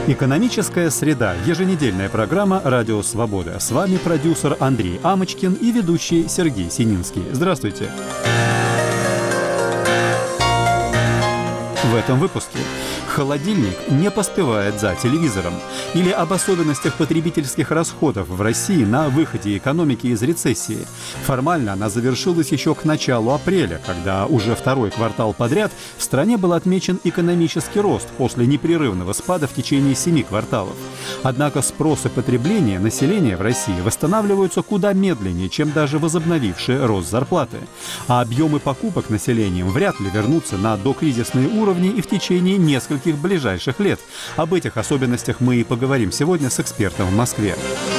Экономическая среда. Еженедельная программа «Радио Свобода». С вами продюсер Андрей Амочкин и ведущий Сергей Сининский. Здравствуйте. В этом выпуске холодильник не поспевает за телевизором. Или об особенностях потребительских расходов в России на выходе экономики из рецессии. Формально она завершилась еще к началу апреля, когда уже второй квартал подряд в стране был отмечен экономический рост после непрерывного спада в течение 7 кварталов. Однако спрос и потребление населения в России восстанавливаются куда медленнее, чем даже возобновивший рост зарплаты. А объемы покупок населением вряд ли вернутся на докризисные уровни и в течение нескольких ближайших лет. Об этих особенностях мы и поговорим сегодня с экспертом в Москве.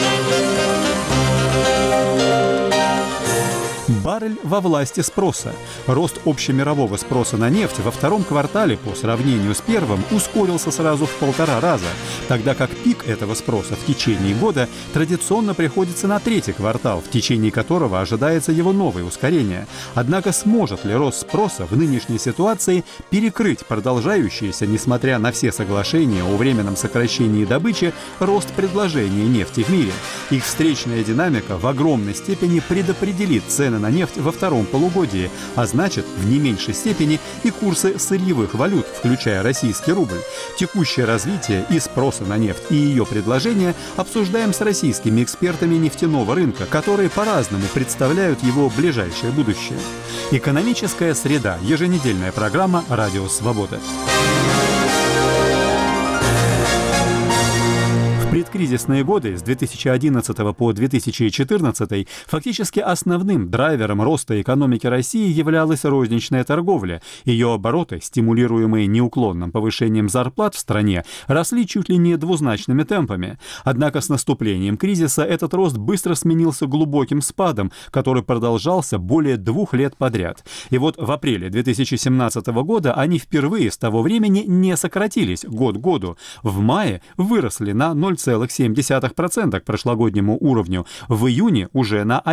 Баррель во власти спроса. Рост общемирового спроса на нефть во втором квартале по сравнению с первым ускорился сразу в 1,5 раза, тогда как пик этого спроса в течение года традиционно приходится на третий квартал, в течение которого ожидается его новое ускорение. Однако сможет ли рост спроса в нынешней ситуации перекрыть продолжающийся, несмотря на все соглашения о временном сокращении добычи, рост предложения нефти в мире? Их встречная динамика в огромной степени предопределит цены на нефть во втором полугодии, а значит, в не меньшей степени и курсы сырьевых валют, включая российский рубль. Текущее развитие и спроса на нефть, и ее предложение обсуждаем с российскими экспертами нефтяного рынка, которые по-разному представляют его ближайшее будущее. Экономическая среда. Еженедельная программа «Радио Свобода». В предкризисные годы с 2011 по 2014 фактически основным драйвером роста экономики России являлась розничная торговля. Ее обороты, стимулируемые неуклонным повышением зарплат в стране, росли чуть ли не двузначными темпами. Однако с наступлением кризиса этот рост быстро сменился глубоким спадом, который продолжался более 2 лет подряд. И вот в апреле 2017 года они впервые с того времени не сократились год к году. В мае выросли на 0,7% к прошлогоднему уровню, в июне уже на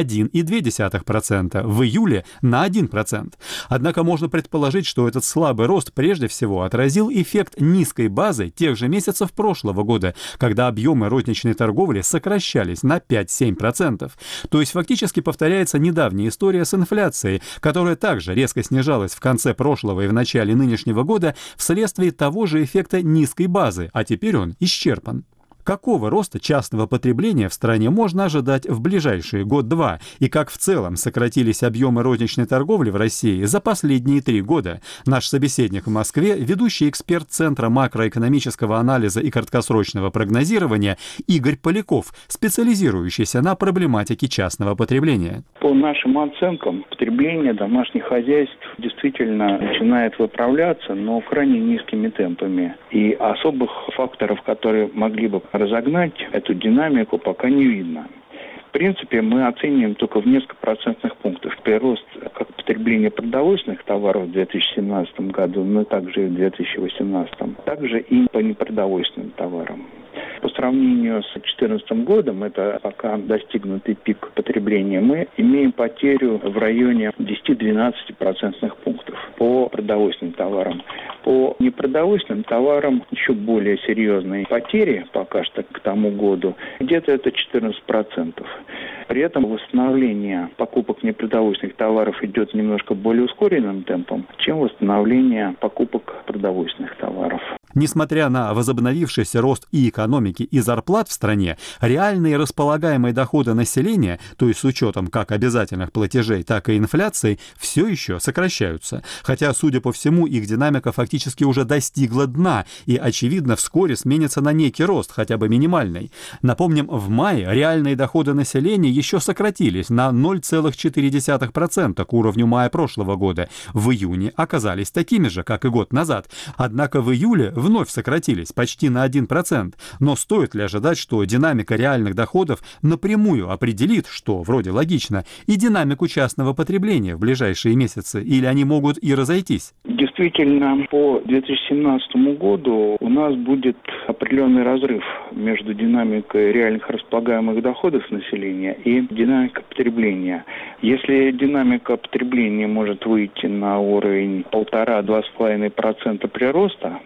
1,2%, в июле на 1%. Однако можно предположить, что этот слабый рост прежде всего отразил эффект низкой базы тех же месяцев прошлого года, когда объемы розничной торговли сокращались на 5-7%. То есть фактически повторяется недавняя история с инфляцией, которая также резко снижалась в конце прошлого и в начале нынешнего года вследствие того же эффекта низкой базы, а теперь он исчерпан. Какого роста частного потребления в стране можно ожидать в ближайшие год-два? И как в целом сократились объемы розничной торговли в России за последние 3 года? Наш собеседник в Москве, ведущий эксперт Центра макроэкономического анализа и краткосрочного прогнозирования Игорь Поляков, специализирующийся на проблематике частного потребления. По нашим оценкам, потребление домашних хозяйств действительно начинает выправляться, но крайне низкими темпами. И особых факторов, которые могли бы разогнать эту динамику, пока не видно. В принципе, мы оцениваем только в несколько процентных пунктов прирост как потребления продовольственных товаров в 2017 году, но также и в 2018, также и по непродовольственным товарам. По сравнению с 2014 годом, это пока достигнутый пик потребления, мы имеем потерю в районе 10-12 процентных пунктов по продовольственным товарам. По непродовольственным товарам еще более серьезные потери пока что к тому году, где-то это 14%. При этом восстановление покупок непродовольственных товаров идет немножко более ускоренным темпом, чем восстановление покупок продовольственных товаров. Несмотря на возобновившийся рост и экономики, и зарплат в стране, реальные располагаемые доходы населения, то есть с учетом как обязательных платежей, так и инфляции, все еще сокращаются. Хотя, судя по всему, их динамика фактически уже достигла дна и, очевидно, вскоре сменится на некий рост, хотя бы минимальный. Напомним, в мае реальные доходы населения еще сократились на 0,4% к уровню мая прошлого года. В июне оказались такими же, как и год назад. Однако в июле вновь сократились почти на 1%. Но стоит ли ожидать, что динамика реальных доходов напрямую определит, что вроде логично, и динамику частного потребления в ближайшие месяцы, или они могут и разойтись? Действительно, по 2017 году у нас будет определенный разрыв между динамикой реальных располагаемых доходов населения и динамикой потребления. Если динамика потребления может выйти на уровень 1,5-2,5% прироста, то доходы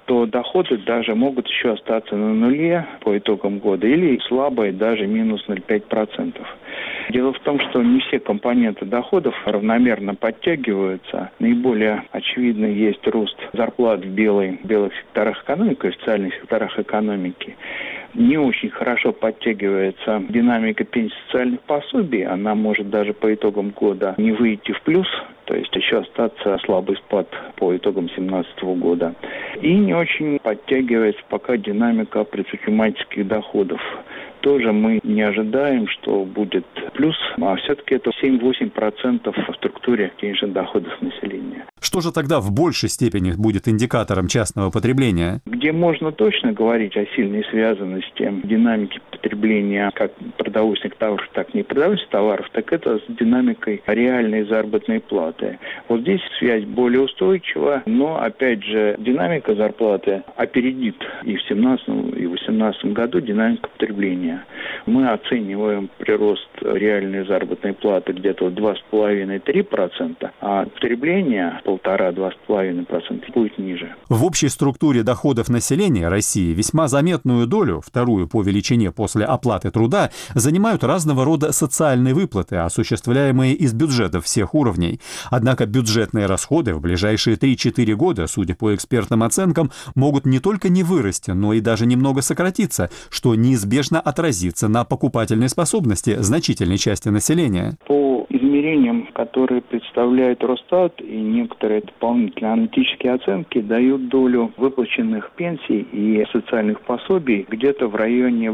доходы даже могут еще остаться на нуле по итогам года или слабые, даже минус 0,5%. Дело в том, что не все компоненты доходов равномерно подтягиваются. Наиболее очевидно есть рост зарплат в белых секторах экономики, в социальных секторах экономики. Не очень хорошо подтягивается динамика пенсий социальных пособий. Она может даже по итогам года не выйти в плюс, то есть еще остаться слабый спад по итогам 2017 года. И не очень подтягивается пока динамика предпринимательских доходов. Тоже мы не ожидаем, что будет плюс, а все-таки это 7-8% в структуре денежных доходов населения. Что же тогда в большей степени будет индикатором частного потребления? Где можно точно говорить о сильной связанности динамики потребления как продовольственных товаров, так и непродовольственных товаров, так это с динамикой реальной заработной платы. Вот здесь связь более устойчива, но, опять же, динамика зарплаты опередит и в 2017, и в 2018 году динамику потребления. Мы оцениваем прирост реальной заработной платы где-то 2,5-3%, а потребление 1,5-2,5% будет ниже. В общей структуре доходов населения России весьма заметную долю, вторую по величине после оплаты труда, занимают разного рода социальные выплаты, осуществляемые из бюджетов всех уровней. Однако бюджетные расходы в ближайшие 3-4 года, судя по экспертным оценкам, могут не только не вырасти, но и даже немного сократиться, что неизбежно отразится на покупательной способности значительной части населения. По измерениям, которые представляет Росстат и некоторые дополнительные аналитические оценки, дают долю выплаченных пенсий и социальных пособий где-то в районе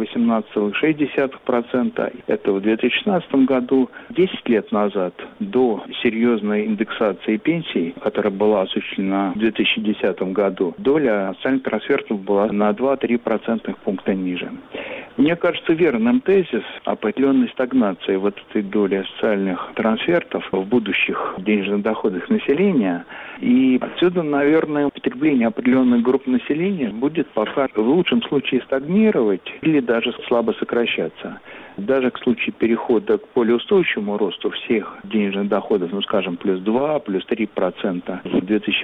18,6%. Это в 2016 году. 10 лет назад, до серьезной индексации пенсий, которая была осуществлена в 2010 году, доля социальных трансфертов была на 2-3% пункта ниже. Мне кажется верным тезис определенной стагнации вот этой доли социальных трансфертов в будущих денежных доходах населения. И отсюда, наверное, потребление определенных групп населения будет пока в лучшем случае стагнировать или даже слабо сокращаться. Даже в случае перехода к более устойчивому росту всех денежных доходов, ну, скажем, плюс 2, плюс 3% в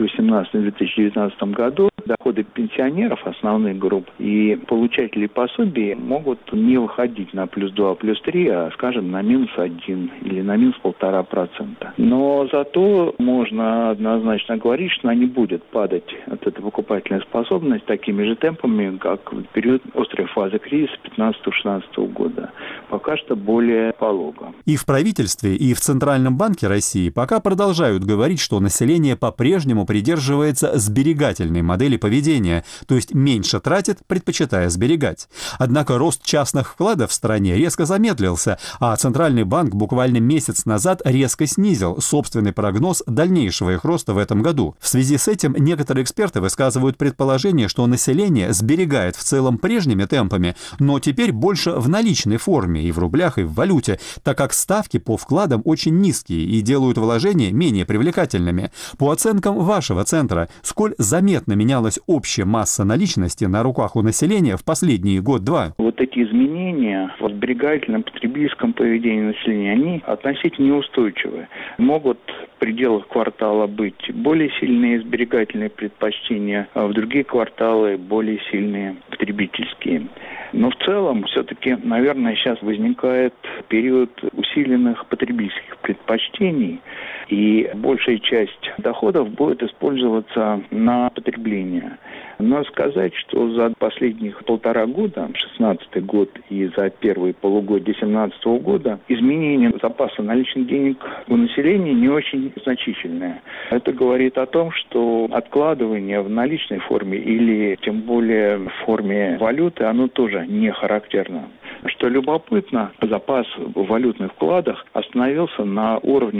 2018-2019 году, доходы пенсионеров, основных групп и получателей пособий могут не выходить на плюс 2, плюс 3, а, скажем, на минус 1 или на минус 1,5%. Но зато можно однозначно говорить, что она не будет падать от этой покупательной способности такими же темпами, как в период острой фазы кризиса 2015-2016 года. Пока что более полого. И в правительстве, и в Центральном банке России пока продолжают говорить, что население по-прежнему придерживается сберегательной модели поведения, то есть меньше тратит, предпочитая сберегать. Однако рост частных вкладов в стране резко замедлился, а Центральный банк буквально месяц назад резко снизил собственный прогноз дальнейшего их роста в этом году. В связи с этим некоторые эксперты высказывают предположение, что население сберегает в целом прежними темпами, но теперь больше в наличной форме и в рублях, и в валюте, так как ставки по вкладам очень низкие и делают вложения менее привлекательными. По оценкам вашего центра, сколь заметно менялась общая масса наличности на руках у населения в последние год-два? Вот эти изменения в сберегательном потребительском поведении населения, они относительно неустойчивы. Могут в пределах квартала быть более сильные сберегательные предпочтения, а в другие кварталы более сильные потребительские. Но в целом все-таки, наверное, сейчас возникает период усиленных потребительских предпочтений, и большая часть доходов будет использоваться на потребление. Надо сказать, что за последних 1,5 года, 2016 год и за первые полугодие 2017 года, изменение запаса наличных денег у населения не очень значительное. Это говорит о том, что откладывание в наличной форме или тем более в форме валюты, оно тоже не характерно. Что любопытно, запас в валютных вкладах остановился на уровне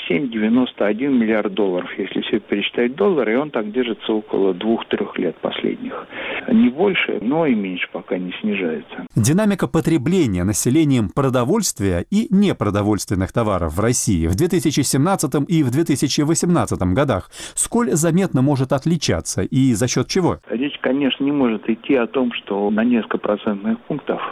87-91 миллиард долларов. Если все пересчитать доллары, и он так держится около 2-3 лет последних. Не больше, но и меньше пока не снижается. Динамика потребления населением продовольствия и непродовольственных товаров в России в 2017 и в 2018 годах сколь заметно может отличаться и за счет чего? Речь, конечно, не может идти о том, что на несколько процентных пунктов могут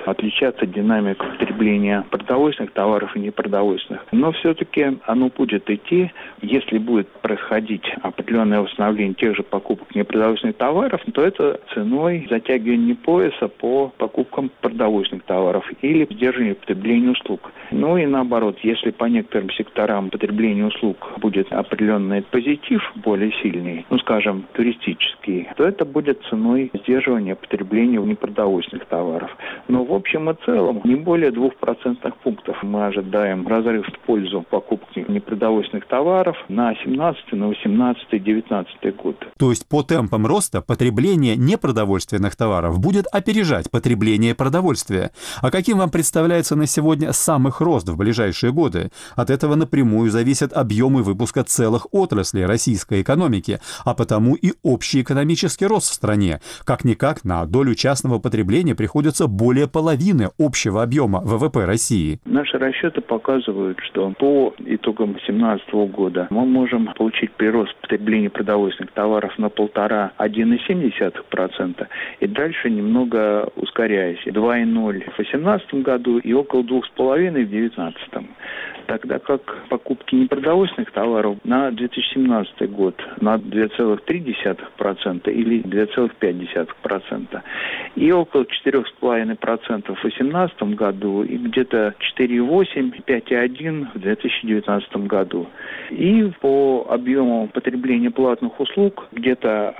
отличаться динамика потребления продовольственных товаров и непродовольственных. Но все-таки оно будет идти, если будет происходить определенное восстановление тех же покупок непродовольственных товаров, то это ценой затягивания пояса по покупкам продовольственных товаров или сдерживания потребления услуг. Ну и наоборот, если по некоторым секторам потребления услуг будет определенный позитив более сильный, скажем, туристический, то это будет ценой сдерживания потребления непродовольственных товаров. Но в общем и целом не более 2% пунктов мы ожидаем разрыв в пользу покупки непродовольственных товаров на 17, на 18, 19 год. То есть по темпам роста потребление непродовольственных товаров будет опережать потребление продовольствия. А каким вам представляется на сегодня сам их рост в ближайшие годы? От этого напрямую зависят объемы выпуска целых отраслей российской экономики, а потому и общий экономический рост в стране. Как-никак на долю частного потребления приходится более половины общего объема ВВП России. Наши расчеты показывают, что по итогам 2017 года мы можем получить прирост потребления продовольственных товаров на 1,5-1,7%, и дальше немного ускоряясь. 2,0 в 2018 году и около 2,5 в 2019. Тогда как покупки непродовольственных товаров на 2017 год на 2,3% или 2,5%. И около 4,5% в 2018 году и где-то 4,8-5,1% в 2019 году. И по объему потребления платных услуг где-то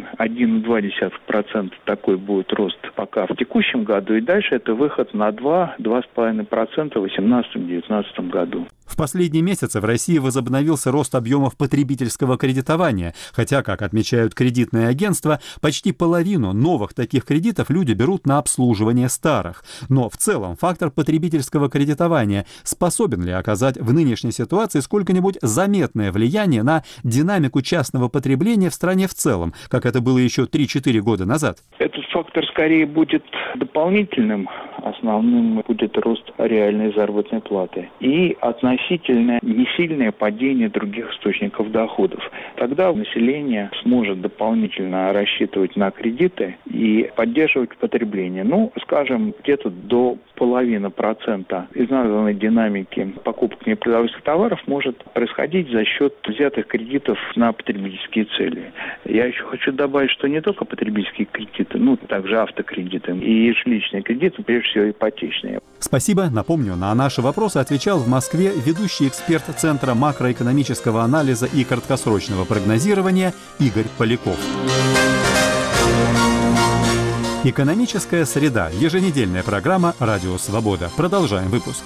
1,2% такой будет рост пока в текущем году. И дальше это выход на 2-2,5% в 2018-2019 году. В последние месяцы в России возобновился рост объемов потребительского кредитования, хотя, как отмечают кредитные агентства, почти половину новых таких кредитов люди берут на обслуживание старых. Но в целом фактор потребительского кредитования способен ли оказать в нынешней ситуации сколько-нибудь заметное влияние на динамику частного потребления в стране в целом, как это было еще 3-4 года назад? Этот фактор скорее будет дополнительным. Основным будет рост реальной заработной платы и относительно несильное падение других источников доходов. Тогда население сможет дополнительно рассчитывать на кредиты и поддерживать потребление. Скажем, где-то до 0,5% из названной динамики покупок непродовольственных товаров может происходить за счет взятых кредитов на потребительские цели. Я еще хочу добавить, что не только потребительские кредиты, также автокредиты и жилищные кредиты, прежде всего ипотечные. Спасибо. Напомню, на наши вопросы отвечал в Москве ведущий эксперт Центра макроэкономического анализа и краткосрочного прогнозирования Игорь Поляков. Экономическая среда. Еженедельная программа «Радио Свобода». Продолжаем выпуск.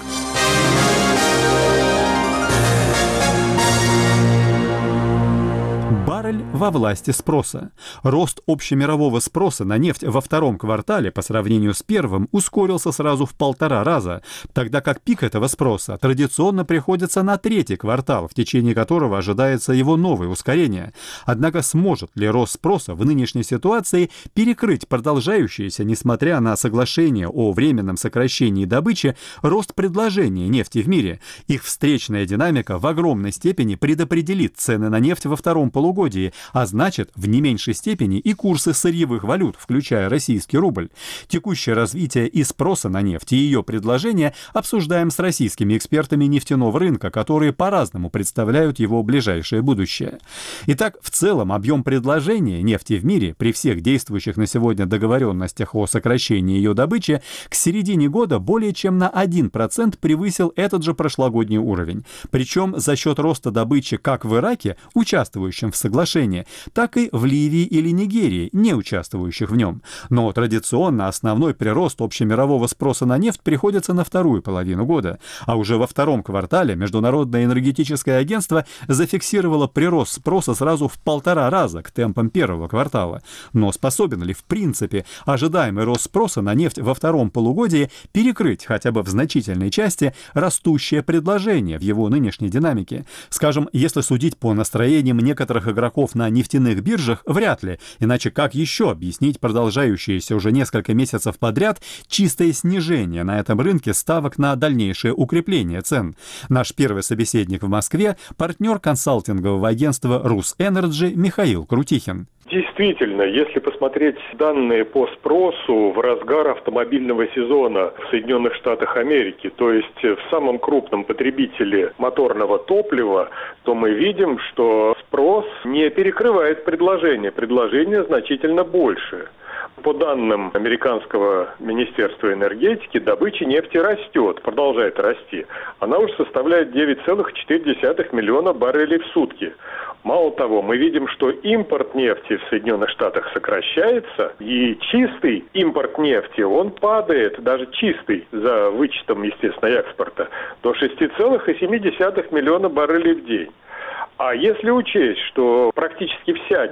Баррель во власти спроса. Рост общемирового спроса на нефть во втором квартале по сравнению с первым ускорился сразу в 1,5 раза, тогда как пик этого спроса традиционно приходится на третий квартал, в течение которого ожидается его новое ускорение. Однако сможет ли рост спроса в нынешней ситуации перекрыть продолжающийся, несмотря на соглашение о временном сокращении добычи, рост предложения нефти в мире? Их встречная динамика в огромной степени предопределит цены на нефть во втором полугодии, а значит, в не меньшей степени и курсы сырьевых валют, включая российский рубль. Текущее развитие и спроса на нефть и ее предложение обсуждаем с российскими экспертами нефтяного рынка, которые по-разному представляют его ближайшее будущее. Итак, в целом объем предложения нефти в мире при всех действующих на сегодня договоренностях о сокращении ее добычи к середине года более чем на 1% превысил этот же прошлогодний уровень. Причем за счет роста добычи как в Ираке, участвующем в соглашении, так и в Ливии или Нигерии, не участвующих в нем. Но традиционно основной прирост общемирового спроса на нефть приходится на вторую половину года, а уже во втором квартале Международное энергетическое агентство зафиксировало прирост спроса сразу в 1,5 раза к темпам первого квартала. Но способен ли в принципе ожидаемый рост спроса на нефть во втором полугодии перекрыть хотя бы в значительной части растущее предложение в его нынешней динамике? Скажем, если судить по настроениям некоторых игроков на на нефтяных биржах вряд ли, иначе как еще объяснить продолжающееся уже несколько месяцев подряд чистое снижение на этом рынке ставок на дальнейшее укрепление цен? Наш первый собеседник в Москве – партнер консалтингового агентства «Русэнерджи» Михаил Крутихин. Действительно, если посмотреть данные по спросу в разгар автомобильного сезона в Соединенных Штатах Америки, то есть в самом крупном потребителе моторного топлива, то мы видим, что спрос не перекрывает предложение. Предложение значительно больше. По данным Американского министерства энергетики, добыча нефти растет, продолжает расти. Она уже составляет 9,4 миллиона баррелей в сутки. Мало того, мы видим, что импорт нефти в Соединенных Штатах сокращается, и чистый импорт нефти, он падает, даже чистый, за вычетом, естественно, экспорта, до 6,7 миллиона баррелей в день. А если учесть, что практически вся,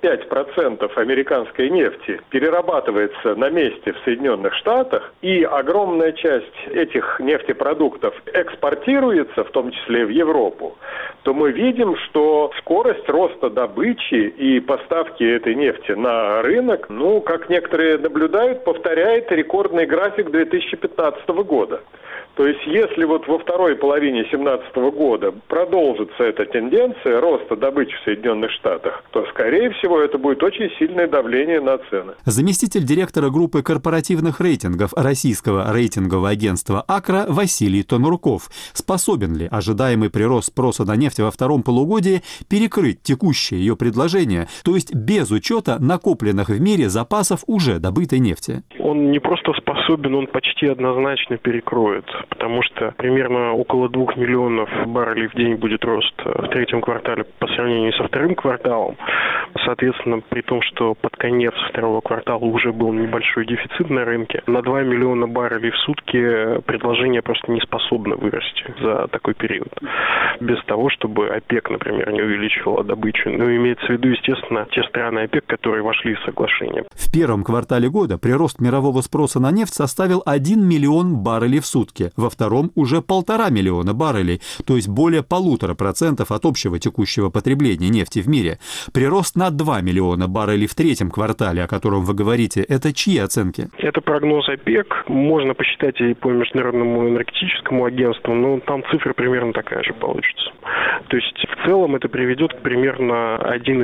95% американской нефти перерабатывается на месте в Соединенных Штатах, и огромная часть этих нефтепродуктов экспортируется, в том числе в Европу, то мы видим, что скорость роста добычи и поставки этой нефти на рынок, как некоторые наблюдают, повторяет рекордный график 2015 года. То есть, если вот во второй половине 2017 года продолжится эта тенденция роста добычи в Соединенных Штатах, то, скорее всего, это будет очень сильное давление на цены. Заместитель директора группы корпоративных рейтингов российского рейтингового агентства «Акра» Василий Тонурков. Способен ли ожидаемый прирост спроса на нефть во втором полугодии перекрыть текущее ее предложение, то есть без учета накопленных в мире запасов уже добытой нефти? Он не просто способен, он почти однозначно перекроет. Потому что примерно около 2 миллионов баррелей в день будет рост в третьем квартале по сравнению со вторым кварталом. Соответственно, при том, что под конец второго квартала уже был небольшой дефицит на рынке, на 2 миллиона баррелей в сутки предложение просто не способно вырасти за такой период. Без того, чтобы ОПЕК, например, не увеличивала добычу. Имеется в виду, естественно, те страны ОПЕК, которые вошли в соглашение. В первом квартале года прирост мирового спроса на нефть составил 1 миллион баррелей в сутки. Во втором уже 1,5 миллиона баррелей, то есть более 1,5% от общего текущего потребления нефти в мире. Прирост на 2 миллиона баррелей в третьем квартале, о котором вы говорите, это чьи оценки? Это прогноз ОПЕК. Можно посчитать и по Международному энергетическому агентству, но там цифра примерно такая же получится. То есть в целом это приведет к примерно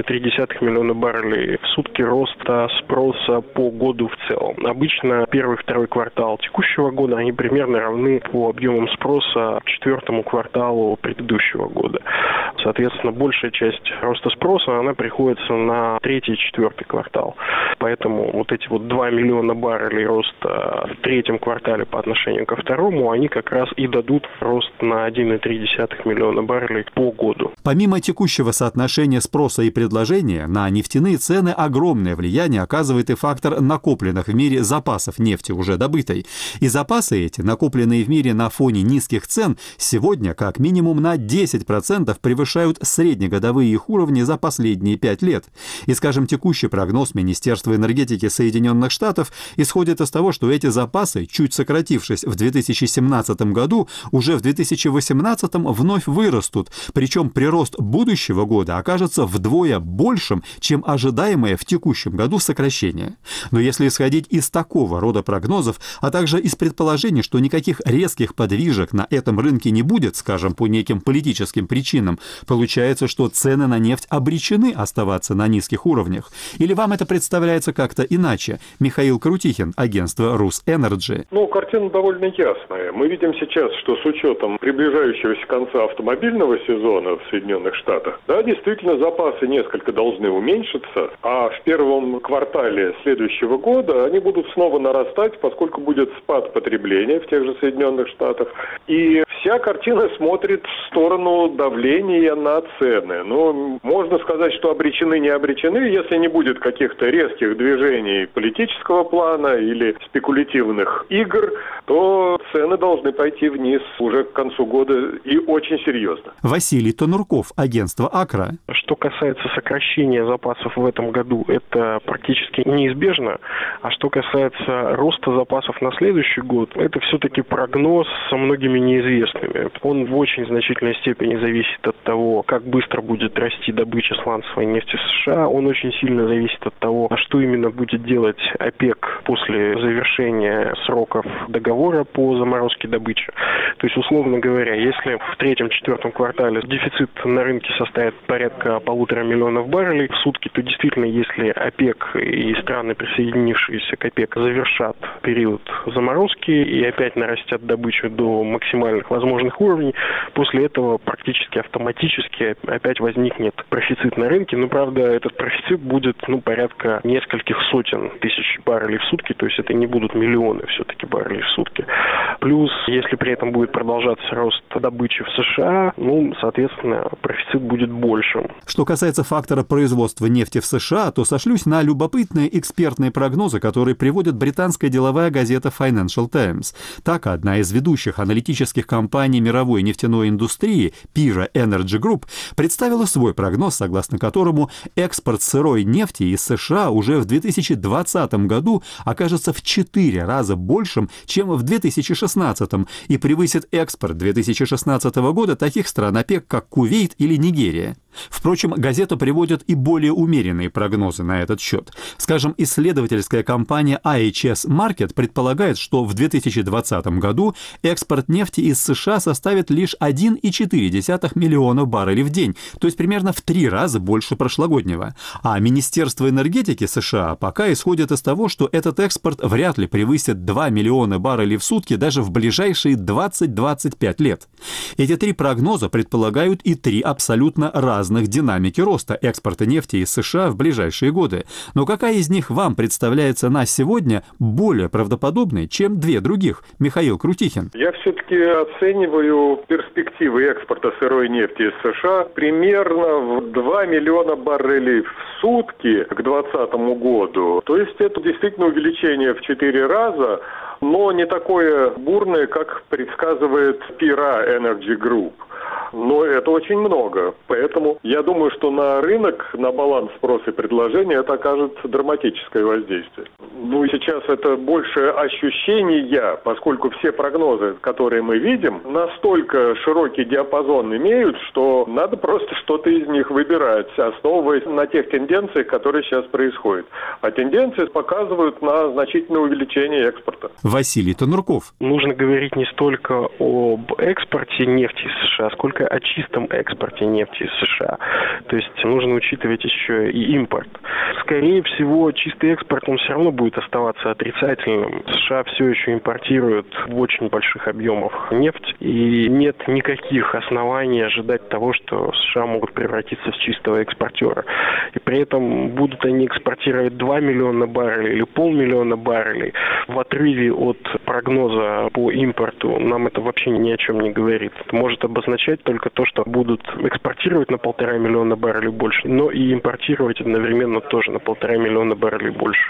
1,3 миллиона баррелей в сутки роста спроса по году в целом. Обычно первый и второй квартал текущего года, они примерно равны по объемам спроса четвертому кварталу предыдущего года. Соответственно, большая часть роста спроса, она приходится на третий и четвертый квартал. Поэтому вот эти 2 миллиона баррелей роста в третьем квартале по отношению ко второму, они как раз и дадут рост на 1,3 миллиона баррелей по году. Помимо текущего соотношения спроса и предложения, на нефтяные цены огромное влияние оказывает и фактор накопленных в мире запасов нефти, уже добытой. И запасы эти, накопленные в мире на фоне низких цен, сегодня как минимум на 10% превышают среднегодовые их уровни за последние 5 лет. И, скажем, текущий прогноз Министерства энергетики Соединенных Штатов исходит из того, что эти запасы, чуть сократившись в 2017 году, уже в 2018 вновь вырастут, причем прирост будущего года окажется вдвое большим, чем ожидаемое в текущем году сокращение. Но если исходить из такого рода прогнозов, а также из предположений, что никаких резких подвижек на этом рынке не будет, скажем, по неким политическим причинам, получается, что цены на нефть обречены оставаться на низких уровнях. Или вам это представляется как-то иначе? Михаил Крутихин, агентство «Русэнерджи». Картина довольно ясная. Мы видим сейчас, что с учетом приближающегося конца автомобильного сезона в Соединенных Штатах, действительно, запасы несколько должны уменьшиться, а в первом квартале следующего года они будут снова нарастать, поскольку будет спад потребления в тех же Соединенных Штатах. И вся картина смотрит в сторону давления на цены. Можно сказать, что обречены, не обречены, если не будет каких-то резких движений политического плана или спекулятивных игр, то цены должны пойти вниз уже к концу года и очень серьезно. Василий Тонурков, агентство «Акра». Что касается сокращения запасов в этом году, это практически неизбежно. А что касается роста запасов на следующий год, это все-таки прогноз со многими неизвестными. Он в очень значительной степени зависит от того, того, как быстро будет расти добыча сланцевой нефти США, он очень сильно зависит от того, что именно будет делать ОПЕК после завершения сроков договора по заморозке добычи. То есть, условно говоря, если в третьем-четвертом квартале дефицит на рынке составит порядка 1,5 миллиона баррелей в сутки, то действительно, если ОПЕК и страны, присоединившиеся к ОПЕК, завершат период заморозки и опять нарастят добычу до максимальных возможных уровней, после этого практически автоматически опять возникнет профицит на рынке. Но, правда, этот профицит будет порядка нескольких сотен тысяч баррелей в сутки, то есть это не будут миллионы все-таки баррелей в сутки. Плюс, если при этом будет продолжаться рост добычи в США, соответственно, профицит будет большим. Что касается фактора производства нефти в США, то сошлюсь на любопытные экспертные прогнозы, которые приводит британская деловая газета Financial Times. Так, одна из ведущих аналитических компаний мировой нефтяной индустрии, Pira Energy Group, представила свой прогноз, согласно которому экспорт сырой нефти из США уже в 2020 году окажется в 4 раза большим, чем в 2016 и превысит экспорт 2016 года таких стран ОПЕК, как Кувейт или Нигерия. Впрочем, газета приводит и более умеренные прогнозы на этот счет. Скажем, исследовательская компания IHS Markit предполагает, что в 2020 году экспорт нефти из США составит лишь 1,4 миллиона баррелей в день, то есть примерно в 3 раза больше прошлогоднего. А Министерство энергетики США пока исходит из того, что этот экспорт вряд ли превысит 2 миллиона баррелей в сутки даже в ближайшие 20-25 лет. Эти 3 прогноза предполагают и 3 абсолютно разных динамики роста экспорта нефти из США в ближайшие годы. Но какая из них вам представляется на сегодня более правдоподобной, чем 2 других? Михаил Крутихин. Я все-таки оцениваю перспективы экспорта сырой нефти из США примерно в 2 миллиона баррелей в сутки к 2020 году. То есть это действительно увеличение в 4 раза, но не такое бурное, как предсказывает Pira Energy Group. Но это очень много. Поэтому я думаю, что на рынок, на баланс спроса и предложения это окажет драматическое воздействие. Сейчас это больше ощущения, поскольку все прогнозы, которые мы видим, настолько широкий диапазон имеют, что надо просто что-то из них выбирать, основываясь на тех тенденциях, которые сейчас происходят. А тенденции показывают на значительное увеличение экспорта. Василий Тонурков. Нужно говорить не столько об экспорте нефти из США, сколько о чистом экспорте нефти из США. То есть нужно учитывать еще и импорт. Скорее всего, чистый экспорт, он все равно будет оставаться отрицательным. США все еще импортируют в очень больших объемах нефть, и нет никаких оснований ожидать того, что США могут превратиться в чистого экспортера. И при этом будут они экспортировать 2 миллиона баррелей или 500 000 баррелей в отрыве от прогноза по импорту, нам это вообще ни о чем не говорит. Это может обозначать только то, что будут экспортировать на 1,5 миллиона баррелей больше, но и импортировать одновременно тоже на 1,5 миллиона баррелей больше.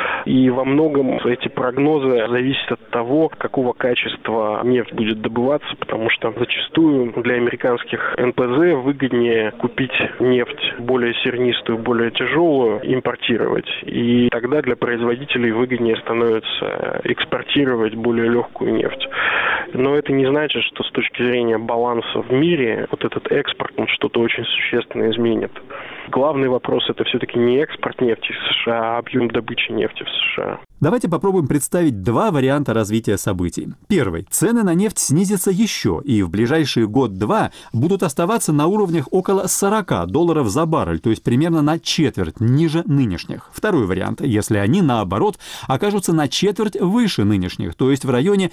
И во многом эти прогнозы зависят от того, какого качества нефть будет добываться, потому что зачастую для американских НПЗ выгоднее купить нефть более сернистую, более тяжелую, импортировать. И тогда для производителей выгоднее становится экспортировать более легкую нефть. Но это не значит, что с точки зрения баланса в мире вот этот экспорт, он что-то очень существенно изменит. Главный вопрос – это все-таки не экспорт нефти в США, а объем добычи нефти в США. Давайте попробуем представить 2 варианта развития событий. Первый. Цены на нефть снизятся еще, и в ближайшие год-два будут оставаться на уровнях около $40 за баррель, то есть примерно на четверть ниже нынешних. Второй вариант. Если они, наоборот, окажутся на четверть выше нынешних, то есть в районе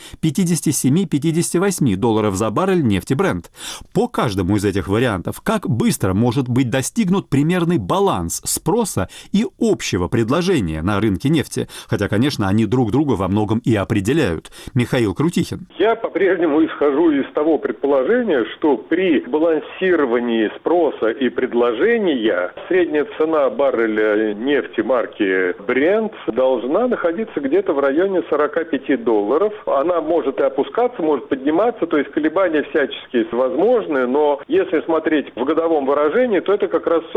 $57-58 за баррель нефти Brent. По каждому из этих вариантов, как быстро может быть достигнут примерный баланс спроса и общего предложения на рынке нефти, хотя, конечно, они друг друга во многом и определяют. Михаил Крутихин. Я по-прежнему исхожу из того предположения, что при балансировании спроса и предложения средняя цена барреля нефти марки Brent должна находиться где-то в районе $45. Она может и опускаться, может подниматься, то есть колебания всяческие возможны, но если смотреть в годовом выражении, то это как раз 45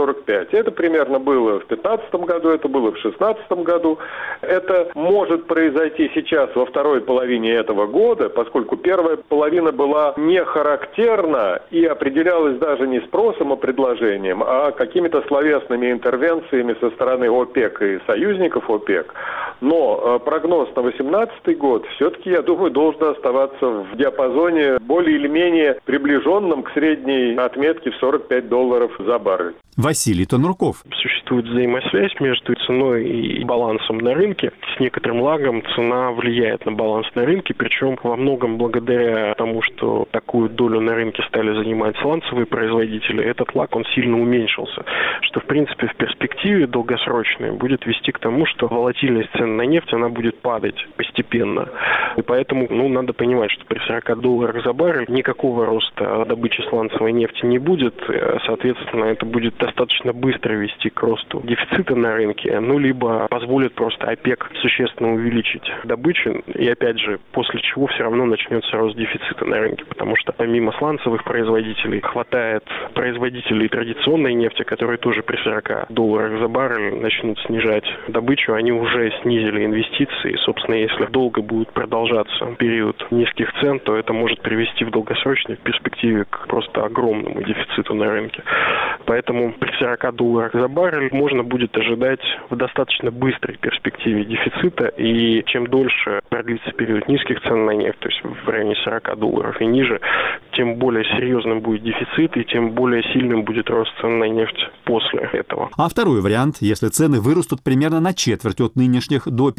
45. Это примерно было в 2015 году, это было в 2016 году. Это может произойти сейчас во второй половине этого года, поскольку первая половина была не характерна и определялась даже не спросом, а предложением, а какими-то словесными интервенциями со стороны ОПЕК и союзников ОПЕК. Но прогноз на 2018 год все-таки, я думаю, должен оставаться в диапазоне более или менее приближенном к средней отметке в $45 за баррель. Василий Тонурков. Существует взаимосвязь между ценой и балансом на рынке. С некоторым лагом цена влияет на баланс на рынке, причем во многом благодаря тому, что такую долю на рынке стали занимать сланцевые производители, этот лаг, он сильно уменьшился, что, в принципе, в перспективе долгосрочной будет вести к тому, что волатильность цен на нефть, она будет падать постепенно. И поэтому, надо понимать, что при $40 за баррель никакого роста добычи сланцевой нефти не будет, соответственно, это будет достаточно быстро вести к росту дефицита на рынке, либо позволит просто ОПЕК существенно увеличить добычу, и опять же, после чего все равно начнется рост дефицита на рынке, потому что помимо сланцевых производителей хватает производителей традиционной нефти, которые тоже при $40 за баррель начнут снижать добычу, они уже снизили инвестиции, собственно, если долго будет продолжаться период низких цен, то это может привести в долгосрочной перспективе к просто огромному дефициту на рынке. Поэтому при $40 за баррель можно будет ожидать в достаточно быстрой перспективе дефицита, и чем дольше продлится период низких цен на нефть, то есть в районе $40 и ниже, тем более серьезным будет дефицит, и тем более сильным будет рост цен на нефть после этого. А второй вариант, если цены вырастут примерно на четверть от нынешних до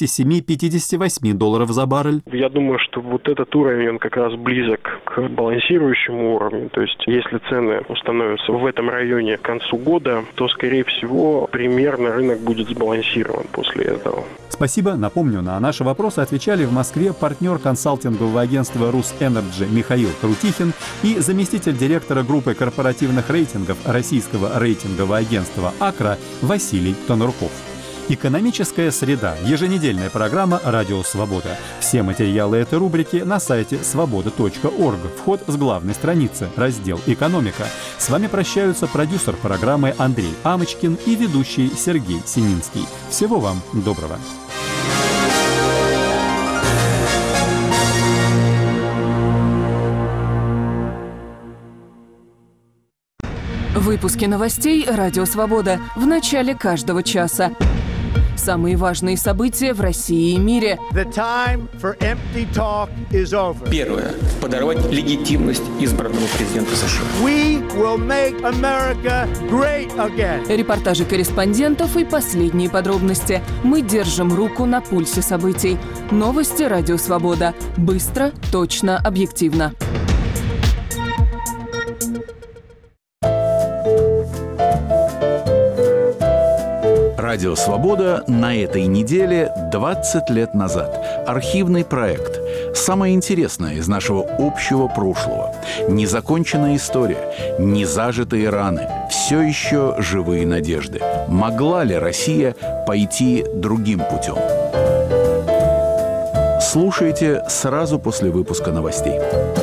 $57-58 за баррель? Я думаю, что вот этот уровень, он как раз близок к балансирующему уровню, то есть если цены установятся в этом районе к концу года, то, скорее всего, примерно рынок будет сбалансирован после этого. Спасибо. Напомню, на наши вопросы отвечали в Москве партнер консалтингового агентства «Русэнерджи» Михаил Крутихин и заместитель директора группы корпоративных рейтингов российского рейтингового агентства «Акра» Василий Тонурков. «Экономическая среда» – еженедельная программа «Радио Свобода». Все материалы этой рубрики на сайте svoboda.org. Вход с главной страницы, раздел «Экономика». С вами прощаются продюсер программы Андрей Амочкин и ведущий Сергей Сининский. Всего вам доброго. Выпуски новостей «Радио Свобода» в начале каждого часа. Самые важные события в России и мире. Первое. Подорвать легитимность избранного президента США. Репортажи корреспондентов и последние подробности. Мы держим руку на пульсе событий. Новости «Радио Свобода». Быстро, точно, объективно. Радио «Свобода» на этой неделе 20 лет назад. Архивный проект. Самое интересное из нашего общего прошлого. Незаконченная история, незажитые раны, все еще живые надежды. Могла ли Россия пойти другим путем? Слушайте сразу после выпуска новостей.